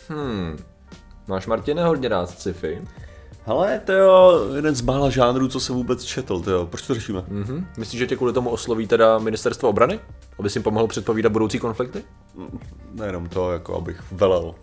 Máš, Martine, hodně rád sci-fi. Hele, to jo, jeden z mála žánrů, co jsem vůbec četl, to jo. Proč to řešíme? Myslíš, že tě kvůli tomu osloví teda ministerstvo obrany? Aby si jim pomohl předpovídat budoucí konflikty? Nejenom to, jako abych velel.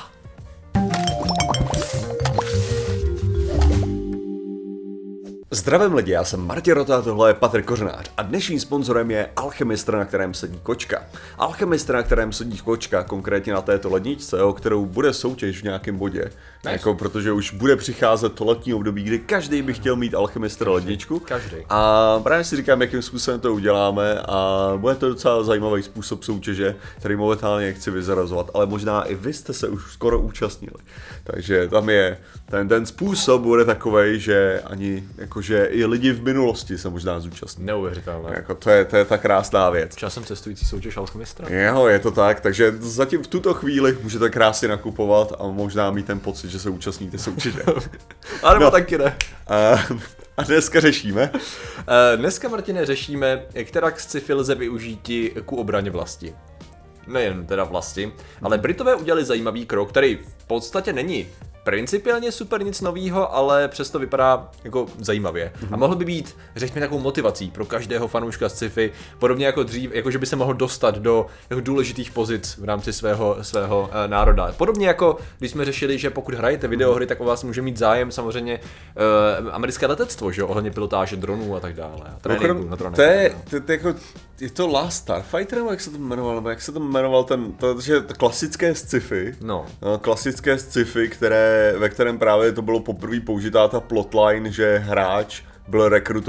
Zdravím lidi, já jsem Martin Rota, tohle je Patrik Kořenář a dnešním sponzorem je Alchemistr, na kterém sedí kočka. Alchemistr, na kterém sedí kočka, konkrétně na této ledničce, o kterou bude soutěž v nějakém bodě. Nice. Jako, protože už bude přicházet to letní období, kdy každý by chtěl mít Alchemistra ledničku. Každý. A právě si říkám, jakým způsobem to uděláme a bude to docela zajímavý způsob soutěže, který momentálně chci vyzarazovat, ale možná i vy jste se už skoro účastnili. Takže tam je, ten způsob bude takovej, že ani jakože i lidi v minulosti se možná zúčastní. Neuvěřitelné. Jako to je ta krásná věc. Časem cestující soutěž Alchemistra. Jo, je to tak, takže zatím v tuto chvíli můžete krásně nakupovat a možná mít ten pocit, že se účastníte soutěže. A nebo taky ne. A dneska řešíme? Dneska, Martine, řešíme, která sci-fi lze využít ku obraně vlasti. Nejen teda vlasti, ale Britové udělali zajímavý krok, který v podstatě není principiálně super nic novýho, ale přesto vypadá jako zajímavě. A mohl by být, řekněme, takovou motivací pro každého fanouška sci-fi, podobně jako dřív, jako že by se mohl dostat do jako důležitých pozic v rámci svého národa. Podobně jako když jsme řešili, že pokud hrajete videohry, tak o vás může mít zájem samozřejmě americké letectvo, že jo, ohledně pilotáže dronů a tak dále. Tréninku na dronech. Je to Last Starfighter, nebo jak se to jmenoval, nebo jak se to jmenoval že klasické sci-fi, klasické sci-fi, ve kterém právě to bylo poprvé použitá ta plotline, že hráč byl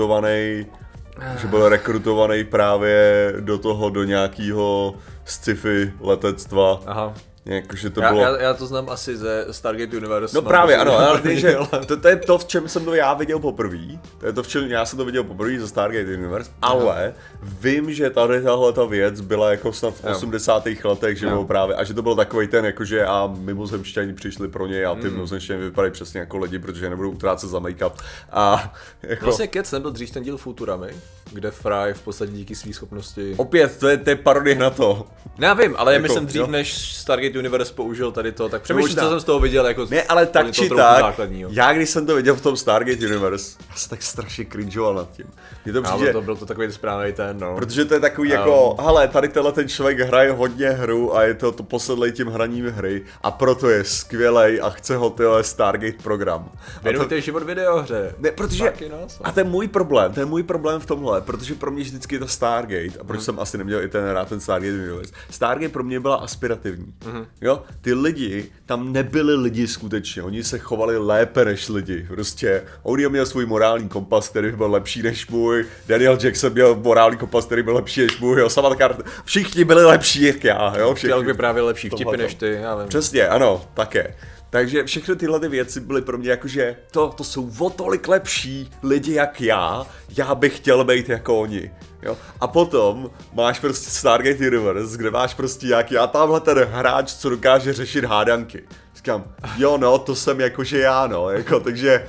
rekrutovaný právě do nějakého sci-fi letectva. Aha. Jakože to bylo... já to znám asi ze Stargate Universe. No právě, ano, ale to je to, v čem jsem to já viděl poprvé. To je to, v čem já jsem to viděl poprvé ze Stargate Universe, ale vím, že tahle ta věc byla jako snad v 80. letech, že bylo právě, a že to byl takovej ten, jakože a mimozemšťani přišli pro něj a ty mimozemšťani vypadají přesně jako lidi, protože nebudou utrácet za make-up. A jako... Vlastně Cats nebyl dřív ten díl Futuramy, kde Fry v podstatě díky své schopnosti... Opět, to je parodie na to. Ne, já vím, ale jako, myslím dřív, než Stargate Universe použil tady to, tak přemýšlím, co jsem z toho viděl jako... Ne, ale tak či tak, já když jsem to viděl v tom Stargate Universe, já jsem tak strašně cringeoval nad tím. Byl to takový správný ten, no. Protože to je takový jako, hele, tady ten člověk hraje hodně hru a je to posedlej tím hraním hry a proto je skvělej a chce ho Stargate program. Věnujte život videohře. Ne, protože, a to je můj problém v tomhle, protože pro mě vždycky to Stargate, a proč jsem asi neměl i ten Stargate Universe, Stargate pro mě byla aspirativní, jo, ty lidi tam nebyli lidi skutečně, oni se chovali lépe než lidi, prostě Odie měl svůj morální kompas, který byl lepší než můj, Daniel Jackson měl morální kompas, který byl lepší než můj, jo, Samantha Carter, všichni byli lepší jak já, jo, všichni. Chtěl vyprávěl lepší vtipy než ty, já vím. Přesně, ano, také. Takže všechny tyhle ty věci byly pro mě jakože, to jsou o tolik lepší lidi jak já bych chtěl být jako oni. Jo? A potom máš prostě Stargate Universe, kde máš prostě nějaký, a tamhle ten hráč, co dokáže řešit hádanky. Říkám, jo no, to jsem jakože já, no, jako, takže...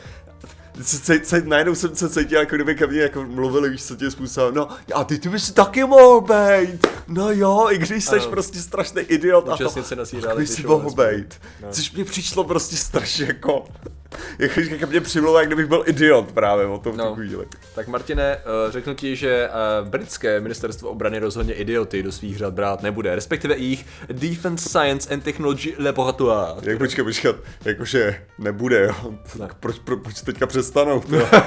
najednou jsem se cítil, jako kdyby ke mně jako mluvili, víš co tím způsobem, no a ty bys si taky mohl být, no jo, i když jsi prostě strašný idiot a to, tak bys si mohl být, což mě přišlo prostě strašně jako ke mně přimlouval, jak kdybych byl idiot právě o tom chvíli. Tak Martine, řeknu ti, že britské ministerstvo obrany rozhodně idioty do svých řad brát nebude, respektive jejich Defense Science and Technology Laboratoire. Jak počkat, jakože nebude, jo, tak proč teďka přestanou,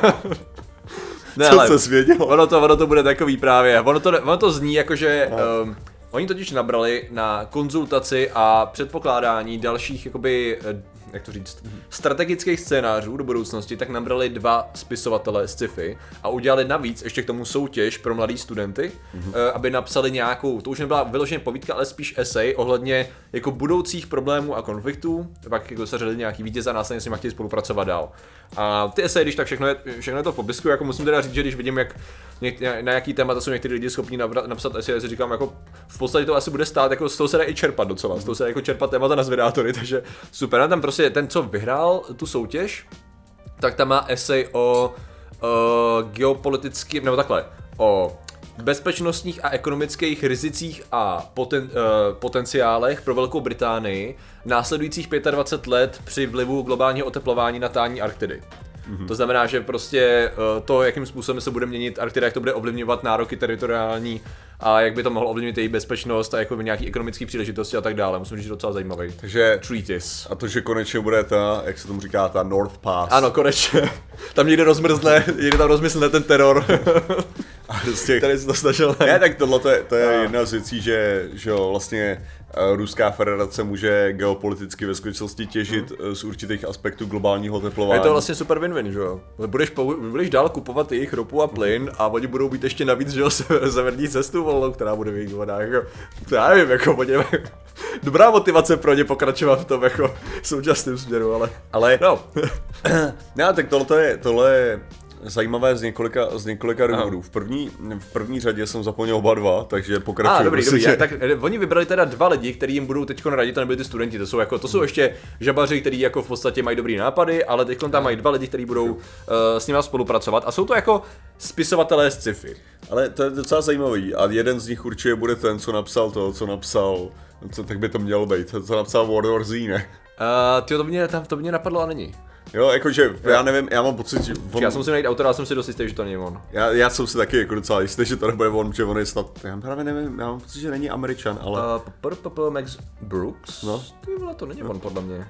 ne, co se zvědělo? Ono to bude takový právě, ono to zní jakože... Oni totiž nabrali na konzultaci a předpokládání dalších, jakoby, jak to říct, strategických scénářů do budoucnosti, tak nabrali 2 spisovatele sci-fi a udělali navíc ještě k tomu soutěž pro mladý studenty, aby napsali nějakou, to už nebyla vyloženě povídka, ale spíš esej ohledně jako budoucích problémů a konfliktů, pak jako seřadili nějaký vítěze a následně s nimi chtěli spolupracovat dál. A ty eseje, když tak všechno je to v popisku, jako musím teda říct, že když vidím, jak na jaký témata jsou někteří lidi schopní napsat esej, si říkám, jako v podstatě to asi bude stát, jako z toho se dá i čerpat docela, z toho se dá jako čerpat témata na zvědátory, takže super. A tam prostě ten, co vyhrál tu soutěž, tak tam má esej o geopolitickým, nebo takhle, o bezpečnostních a ekonomických rizicích a potenciálech pro Velkou Británii následujících 25 let při vlivu globálního oteplování na tání Arktidy. To znamená, že prostě to, jakým způsobem se bude měnit Arktida, jak to bude ovlivňovat nároky teritoriální a jak by to mohlo ovlivnit její bezpečnost a jako nějaký ekonomické příležitosti a tak dále. Musím říct, že docela zajímavý. Takže treatise. A to, že konečně bude ta, jak se tomu říká, ta North Pass. Ano, konečně. Tam někde rozmrzne ten teror. A prostě, který se to snažil. Ne, tak tohle to je jedna z věcí, že jo, vlastně Ruská federace může geopoliticky ve skutečnosti těžit z určitých aspektů globálního oteplování. Je to vlastně super win-win, že jo? Budeš dál kupovat jejich ropu a plyn a oni budou mít ještě navíc, že jo, severní cestu volnou, která bude v jejich vodách, jako, to já nevím, jako dobrá motivace pro ně pokračovat v tom jako současném směru, ale no. No, tak tohle je zajímavé z několika důvodů. V první řadě jsem zapomněl oba dva, takže pokračuju. Dobrý. Tak oni vybrali teda 2 lidi, kteří jim budou teď radit, to nebyli ty studenti, to jsou ještě žabaři, kteří jako v podstatě mají dobrý nápady, ale teď tam mají 2 lidi, kteří budou s nimi spolupracovat a jsou to jako spisovatelé z sci-fi. Ale to je docela zajímavý a jeden z nich určitě bude ten, co napsal tak by to mělo být, co napsal World War Z, ne? To mě napadlo a není. Jo, jakože, já nevím, já mám pocit, že on... Já jsem si najít autora, jsem si dost jistý, že to není on. Já jsem si taky jako docela jistý, že to nebude on, že on je snad, já právě nevím, já mám pocit, že není Američan, ale... Max Brooks? No. To není on, podle mě.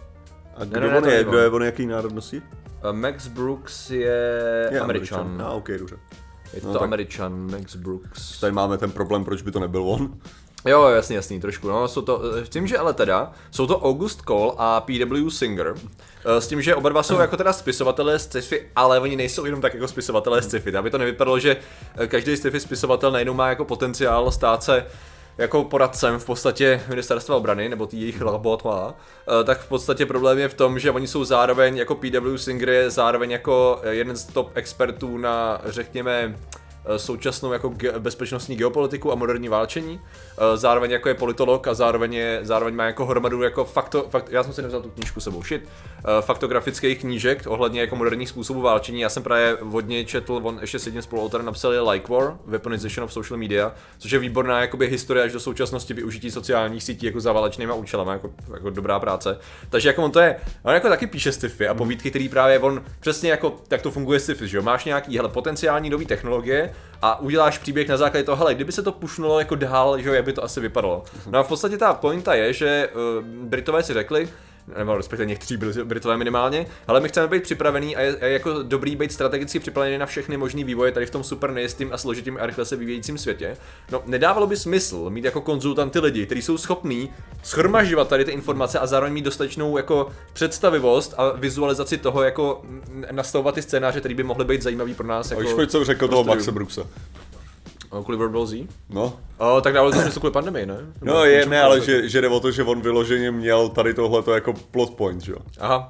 A kdo je on, jaký národnosti? Max Brooks je Američan. Ok, dobře. Je to Američan, Max Brooks. Tady máme ten problém, proč by to nebyl on. Jo, jasný, trošku, no, s tím, že ale teda, jsou to August Cole a P.W. Singer, s tím, že oba dva jsou jako teda spisovatelé z sci-fi, ale oni nejsou jenom tak jako spisovatelé z sci-fi, aby to nevypadalo, že každý sci-fi spisovatel najednou má jako potenciál stát se jako poradcem v podstatě ministerstva obrany, nebo tý jejich laboratoire, tak v podstatě problém je v tom, že oni jsou zároveň, jako P.W. Singer je zároveň jako jeden z top expertů na, řekněme, současnou jako bezpečnostní geopolitiku a moderní válčení. Zároveň jako je politolog a zároveň má jako hromadu jako já jsem si nevzal tu knížku sebou, faktografických knížek ohledně jako moderních způsobů válčení. Já jsem právě hodně četl, on ještě s jedním spoluautorem napsal Like War, Weaponization of Social Media, což je výborná jakoby historie až do současnosti využití sociálních sítí jako za válečnýma účelama, jako dobrá práce. Takže jako on jako taky píše sci-fi a povídky, který právě on přesně jako tak to funguje sci-fi, že jo? Máš nějaký potenciální nový technologie a uděláš příběh na základě toho, hele, kdyby se to pušnulo jako dál, že jo, jak by to asi vypadalo. No a v podstatě ta pointa je, že Britové si řekli, nebo respektive někteří Britové minimálně, ale my chceme být připravení a je jako dobrý být strategicky připravený na všechny možný vývoje tady v tom super nejistým a složitým a rychle se vyvíjejícím světě. No, nedávalo by smysl mít jako konzultanty lidi, kteří jsou schopní shromažďovat tady ty informace a zároveň mít dostatečnou jako představivost a vizualizaci toho, jako nastavovat ty scénáře, které by mohly být zajímavý pro nás. Jako, a už pojď, co řekl toho Maxe Brookse. Kvůli World War Z? No. Tak dávalo to smysl kvůli pandemii, ne? No ale že jde o to, že on vyloženě měl tady tohleto jako plot point, že jo? Aha.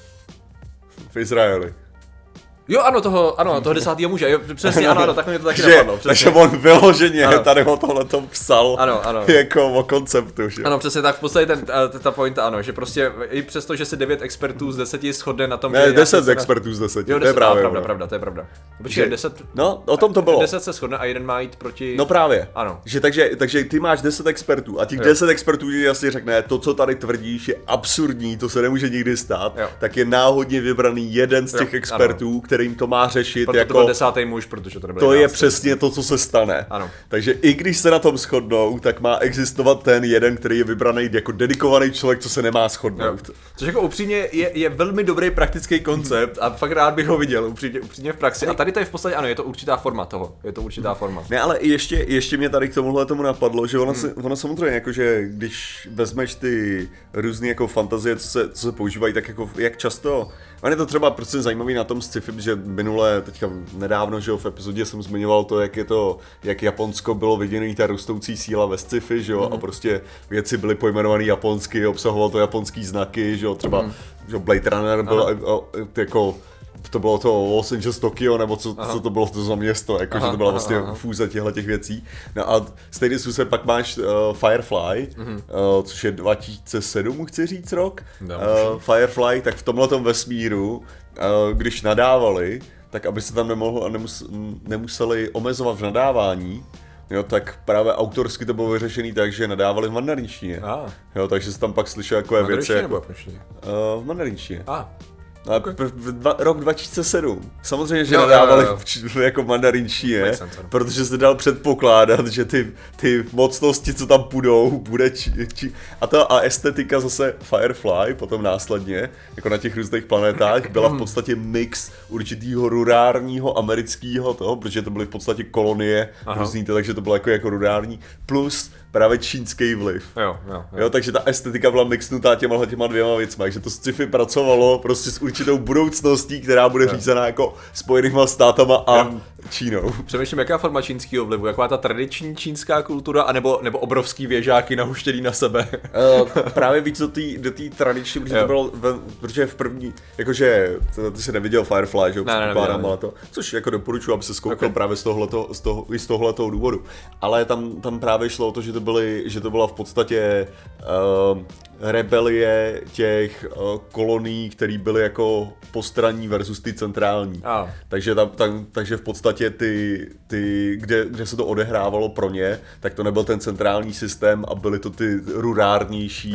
V Izraeli. Jo, toho 10. muže, jo, přesně, ano, tak mě to taky napadlo. Takže on vyloženě tady o tohleto psal, ano. Jako o konceptu, že? Ano, přesně tak, v podstatě ta pointa, ano, že prostě i přesto, že se 9 expertů z 10 shodne na tom, ne, že 10 expertů z 10, jo, 10, to je právě pravda, to je pravda. Počkej, 10... No, o tom to bylo. 10 se shodne a jeden má jít proti... No právě, ano. Že takže ty máš 10 expertů a těch 10 expertů ti jasně řekne, to, co tady tvrdíš, je absurdní, to se nemůže nikdy stát, tak je náhodně vybraný jeden z těch expertů, kterým to má řešit. Proto jako, to byl 10. muž, protože to nebyl. To je přesně to, co se stane. Ano. Takže i když se na tom shodnou, tak má existovat ten jeden, který je vybraný jako dedikovaný člověk, co se nemá shodnout. Což jako upřímně je velmi dobrý praktický koncept a fakt rád bych ho viděl upřímně v praxi. A tady to je v podstatě, ano, je to určitá forma toho. Je to určitá forma. Ne, ale ještě mě tady k tomu napadlo, že ono samozřejmě jako, že když vezmeš ty různé jako fantazie, co se používají, tak jako jak často. On je to třeba prostě zajímavý na tom sci-fi, že teďka nedávno, že jo, v epizodě jsem zmiňoval to, jak Japonsko bylo viděný ta rostoucí síla ve sci-fi, že jo, a prostě věci byly pojmenované japonsky, obsahoval to japonský znaky, že jo, třeba že Blade Runner byl jako to bylo to Los Angeles Tokyo, nebo co to bylo to za město, jako, že to byla vlastně fúze těch věcí. No a stejně se pak máš Firefly, což je 2007, chci říct rok. Firefly, tak v tomhletom vesmíru, když nadávali, tak aby se tam nemohlo a nemuseli omezovat v nadávání, jo, tak právě autorsky to bylo vyřešený tak, že nadávali v mandarinštině. Jo, takže se tam pak slyšel takové věci jako... v mandarinštině. Okay. Rok 2007. Samozřejmě, že nadávali jako mandarinštině, protože se dal předpokládat, že ty mocnosti, co tam půjdou, bude a estetika zase Firefly potom následně, jako na těch různých planetách, byla v podstatě mix určitýho rurárního amerického toho, protože to byly v podstatě kolonie různý, takže to bylo jako rurární, plus právě čínský vliv. Jo, takže ta estetika byla mixnutá těma dvěma věcma, takže to sci-fi pracovalo prostě s určitou budoucností, která bude řízená jako Spojenýma státama a Čínou. Přemýšlím, jaká forma čínského vlivu, jaká ta tradiční čínská kultura, anebo obrovský věžáky nahuštěný na sebe. Právě víc do té tradiční, protože to bylo, protože v první, jakože ty jsi neviděl Firefly, že jo, předpokládám, ale to, což jako doporučuji, aby se skoukal právě z tohletoho důvodu. Ale tam právě šlo o to, že to byla v podstatě rebelie těch kolonií, které byly jako postranní versus ty centrální. Takže v podstatě ty kde se to odehrávalo pro ně, tak to nebyl ten centrální systém a byly to ty rurárnější.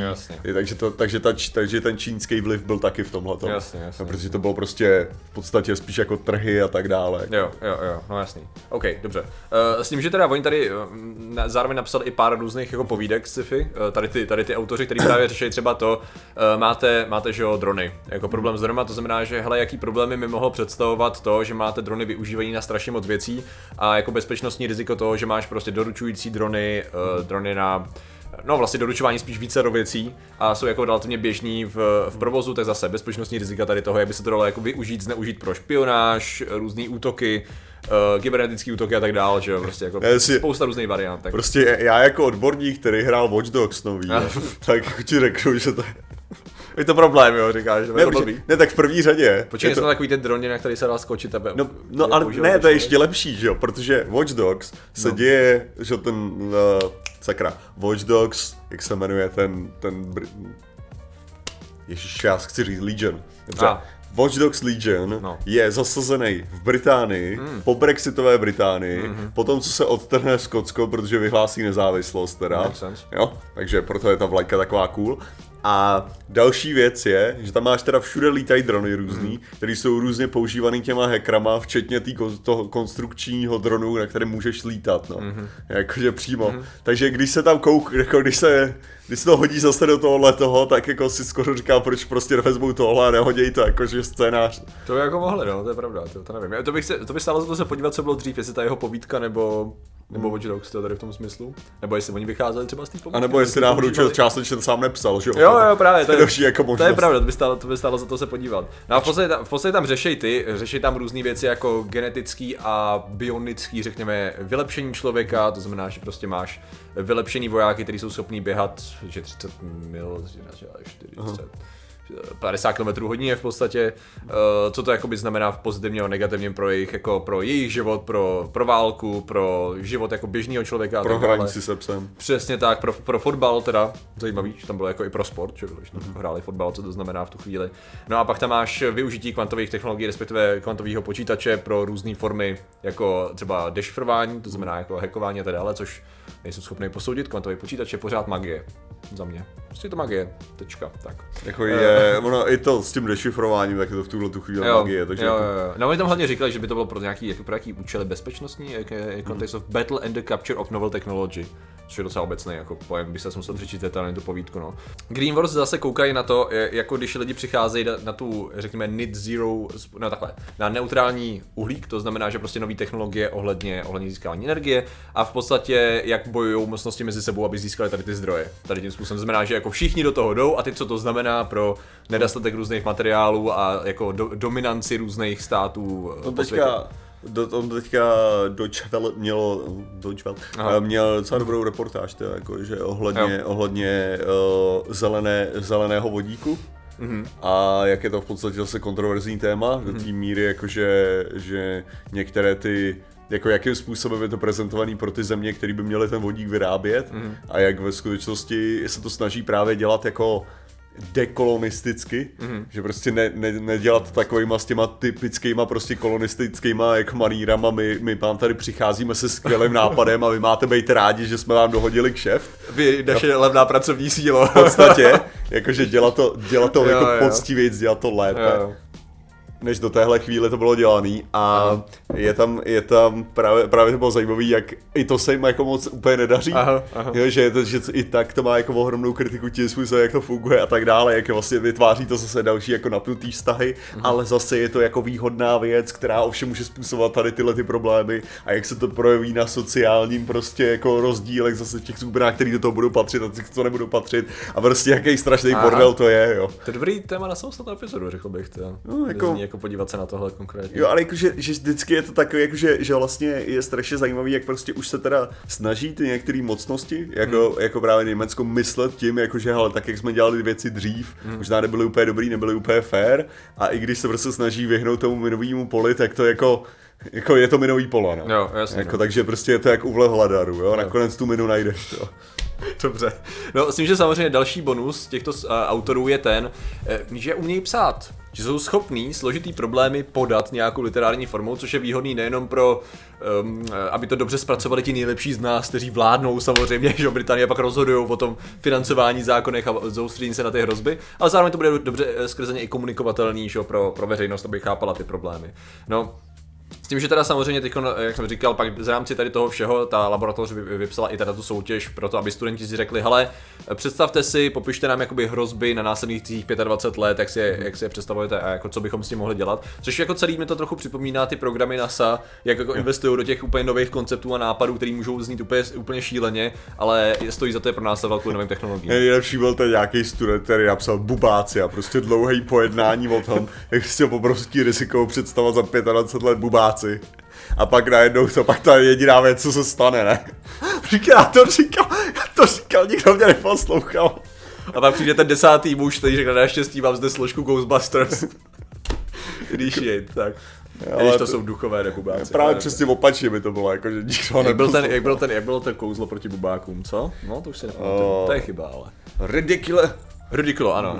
Takže ten čínský vliv byl taky v tomhletom. Protože to bylo prostě v podstatě spíš jako trhy a tak dále. Jo, no jasný. OK, dobře. S tím, že teda oni tady zároveň napsali i pár různých jako povídek sci-fi, tady ty autoři, kteří právě řeší třeba to, máte že jo, drony. Jako problém s dronama, to znamená, že hele, jaký problémy mi mohlo představovat to, že máte drony využívají na strašně moc věcí a jako bezpečnostní riziko toho, že máš prostě doručující drony na vlastně doručování spíš více věcí a jsou jako relativně běžní v provozu, tak zase bezpečnostní rizika tady toho, jak by se to dalo jako využít, zneužít pro špionáž, různý útoky, kybernetický útoky a tak dále, že jo, prostě jako spousta různých variant. Tak. Prostě já jako odborník, který hrál Watch Dogs nový, tak ti řeknu, že to je to problém, jo, říkáš, ne, tak v první řadě. Počkej, jsme takový ten drony, na který se dá skočit tebe. No ale ne, to je ještě lepší, že jo, protože Watch Dogs se děje, že ten Watch Dogs, jak se jmenuje Ježiš, já chci říct Legion. Dobře. Watch Dogs Legion je zasazený v Británii, po brexitové Británii, potom co se odtrhne Skotsko, protože vyhlásí nezávislost teda, jo, takže proto je ta vlajka taková cool. A další věc je, že tam máš teda všude lítají drony různý, které jsou různě používaný těma hackerama, včetně toho konstrukčního dronu, na kterém můžeš lítat, no. Jakože přímo. Takže když se tam když se to hodí zase do tohohletoho, tak jako si skoro říkám, proč prostě nevezmou tohle a nehoděj to, jakože scénář. To by jako mohli, no, to je pravda, to nevím. To by stálo za to se podívat, co bylo dřív, jestli ta jeho povídka nebo Watch Dogs, to tady v tom smyslu, nebo jestli oni vycházeli třeba z té povídky. A nebo jestli náhodou částečně sám nepsal, že jo? Jo, právě, to je jako to je pravda, to by stálo za to se podívat. No a v podstatě tam řeší tam různé věci jako genetický a bionický, řekněme, vylepšení člověka, to znamená, že prostě máš vylepšený vojáky, kteří jsou schopní běhat, že 30 mil, 40, 50 km/h je v podstatě, co to jakoby znamená v pozitivním a negativním pro jejich život, pro válku, pro život jako běžného člověka. Pro hraní si se psem. Přesně tak, pro fotbal teda, zajímavý, že tam bylo jako i pro sport, že hráli fotbal, co to znamená v tu chvíli. No a pak tam máš využití kvantových technologií, respektive kvantového počítače pro různé formy, jako třeba dešifrování, to znamená jako hackování a tak dále, což nejsem schopný posoudit, kvantový počítač je pořád magie. Za mě. Prostě to magie, tečka, tak. Jako je, ono i to s tím dešifrováním, tak je to v tuhle tu chvíli magie, takže... Jo. No oni tam hlavně říkali, že by to bylo pro nějaký účely bezpečnostní, context of battle and the capture of novel technology, což je docela obecný jako pojem, by se musel přečíst detailně tu povídku, no. Greenwars zase koukají na to, jako když lidi přicházejí na tu, řekněme, net zero, no takhle, na neutrální uhlík, to znamená, že prostě nové technologie ohledně získávání energie a v podstatě jak bojují mocnosti mezi sebou, aby získali tady ty zdroje. Tady tím způsobem znamená, že jako všichni do toho jdou a teď co to znamená pro nedostatek různých materiálů a jako dominanci různých států po světě. On teďka měl docela dobrou reportáž, teda, jako, že ohledně zeleného vodíku. A jak je to v podstatě zase kontroverzní téma, do té míry, jakože, že některé ty jako jakým způsobem je to prezentovaný pro ty země, které by měly ten vodík vyrábět a jak ve skutečnosti se to snaží právě dělat jako dekolonisticky, že prostě nedělat takovýma s těma typickýma prostě kolonistickýma jako manírama, my vám tady přicházíme se skvělým nápadem a vy máte být rádi, že jsme vám dohodili kšeft. Vy, naše levná pracovní síla. V podstatě, jakože dělat to jako poctivějc, dělat to lépe. Jo. Než do téhle chvíle to bylo dělaný a je tam právě to bylo zajímavý, jak i to se jim jako moc úplně nedaří, Aha. Jo, že i tak to má jako ohromnou kritiku tím způsobem, jak to funguje a tak dále, jak vlastně vytváří to zase další jako napnutý vztahy, ale zase je to jako výhodná věc, která ovšem může způsobovat tady tyhle ty problémy a jak se to projeví na sociálním prostě jako rozdílech zase v těch skupinách, který do toho budou patřit a těch, co nebudou patřit a prostě jaký strašný bordel to je, jo. To je dobrý téma na samostatnou epizodu, řekl bych to. No, jako podívat se na tohle konkrétně. Jo, ale jakože, že vždycky je to takové, jakože, že vlastně je strašně zajímavý, jak prostě už se teda snaží ty některé mocnosti, jako právě Německo, myslet tím, jakože hele, tak jak jsme dělali věci dřív, možná nebyly úplně dobrý, nebyly úplně fair, a i když se prostě snaží vyhnout tomu minovému poli, tak to jako je to minový polo, no. Jo, jasně. Jako, takže prostě je to jak u vlehladaru, jo, nakonec tu minu najdeš, jo. Dobře. No, myslím, že samozřejmě další bonus těchto autorů je ten, že umějí psát. Že jsou schopní složitý problémy podat nějakou literární formou, což je výhodný nejenom pro, aby to dobře zpracovali ti nejlepší z nás, kteří vládnou samozřejmě, že Británie pak rozhodují o tom financování zákonech a soustředí se na ty hrozby, ale zároveň to bude dobře skrze ně i komunikovatelný, že, pro veřejnost, aby chápala ty problémy. No, s tím, že teda samozřejmě teď, jak jsem říkal, pak z rámci tady toho všeho ta laboratoř vypsala i teda tu soutěž pro to, aby studenti si řekli, hele, představte si, popište nám jakoby hrozby na následných 25 let, jak si je představujete a jako co bychom s tím mohli dělat. Což jako celý mi to trochu připomíná ty programy NASA, jak jako investují do těch úplně nových konceptů a nápadů, který můžou znít úplně šíleně, ale stojí za to je pro nás kvůli novým technologiím. Nejlepší byl ten nějaký student, který napsal bubáci a prostě dlouhý pojednání o tom, jak si obrovský rizikou představovat za 25 let bubáci. A pak najednou pak ta jediná věc, co se stane, ne? Já to říkal, nikdo mě neposlouchal. A pak přijde ten 10. muž, který řekne, naštěstí mám zde složku Ghostbusters. Když je, tak. Když to jsou duchové nebubáci. Právě přesně opačně by to bylo, jako, že nikdo jak bylo ten kouzlo proti bubákům, co? No, to už si nepamatuju, to je chyba, ale. Ridiculous, ano.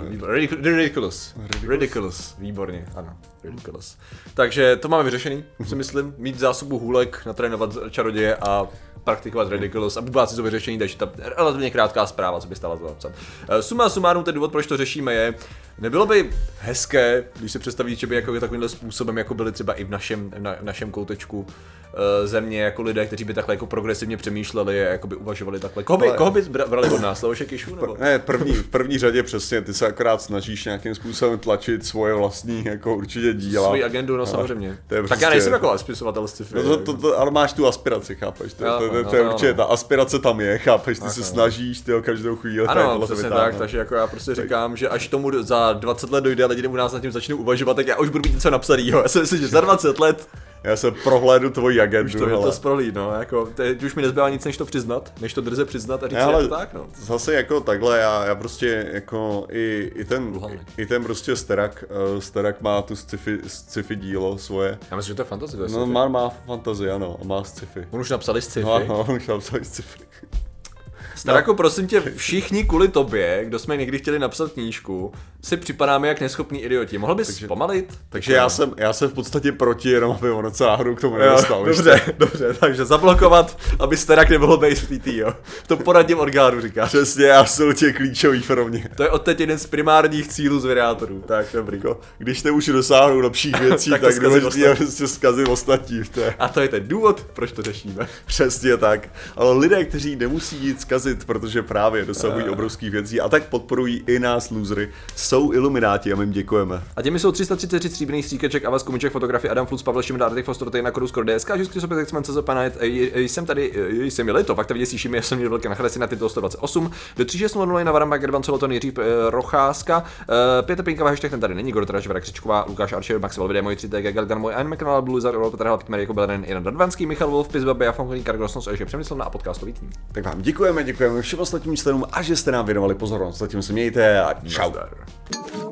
Ridiculous, výborně, ano. Ridiculous. Takže to máme vyřešený, si myslím. Mít zásobu hůlek, natrénovat čaroděje a praktikovat Ridiculous a bubáci jsou vyřešení, takže ta relativně krátká zpráva, co by stála za napsat. Suma sumárum, ten důvod, proč to řešíme je, nebylo by hezké, když se představí, že by jako takovýmhle způsobem, jako byli třeba i v našem koutečku země, jako lidé, kteří by takhle jako progresivně přemýšleli a jako by uvažovali takhle. Koho by brali od nás, Leoše Kišu? Nebo? Ne, v první řadě přesně, ty se akorát snažíš nějakým způsobem tlačit svoje vlastní, jako určitě díla. Svoji agendu, no samozřejmě. Tak prostě... já nejsem jako spisovatel sci-fi. No ale máš tu aspiraci, chápeš? To je určitě, ta aspirace tam je, chápeš? Ty se snažíš, ty každou chvíli. Ano, přesně tak, takže jako já prostě říkám, že až tomu za 20 let dojde a lidi u nás nad tím začnou uvažovat, tak já už budu mít něco napsanýho. Já si myslím, že za 20 let já se prohlédnu tvoji agendu. Už to sprolí, no, jako, teď už mi nezbývá nic, než to přiznat, než to drze přiznat a říct, ale je to tak, no. Zase jako takhle, já prostě jako i ten prostě Sterak má tu sci-fi dílo svoje. Já myslím, že to je fantasy. No má fantasy, ano, a má sci-fi. On už napsali sci-fi. No, on už napsali sci-fi. Starako, prosím tě, všichni kvůli tobě, kdo jsme někdy chtěli napsat knížku, si připadáme jak neschopní idioti. Mohl bys zpomalit? Takže já jsem v podstatě proti, jenom aby ono se náhodou k tomu nedostal. Dobře, takže zablokovat, aby Starak nemohl být v TT, jo. V tom poradním orgánu říkáš. Přesně, absolutně klíčový pro mě. To je odteď jeden z primárních cílů zvědátorů. Tak, dobrý. Když nemůžu dosáhnout lepších věcí, tak důležitě prostě zkazit ostatní. A to je ten důvod, proč to řešíme. Přesně tak. Ale lidé, kteří nemusí jít zkazit, protože právě dosahují obrovských věcí a tak podporují i nás losery, jsou ilumináti a my jim děkujeme. A těmi jsou 333 stříbrných stříkaček, Avas Kumiček, fotografie Adam Flus, Pavel Šimda, Artek Foster, Tejna Korus, DSK, Žisky Sopět, Exman, CZ, Panajet, jsem tady, jsem je to, fakt vidět si já jsem měl velké nachleci na tyto 128, do 3600 na Varamba, Gerban Soloton, Jiří Rocházka, Pětr Pinková, hashtag ten tady není, Gorotraž, Vera Křičková, Lukáš Arčev, Max Valvide, můj 3TG, Galgan, můj Anime kanál, Bluzar, Rolf Petrhal, Pitmer, jako Beleren, Jan Radvanský, Michal Wolf, Pizbabe, Fonkolín, Kargosnos, a ještě Přemysl a podcastový tým. Tak vám děkujeme všem ostatním členům a že jste nám věnovali pozornost. Zatím se mějte a čau.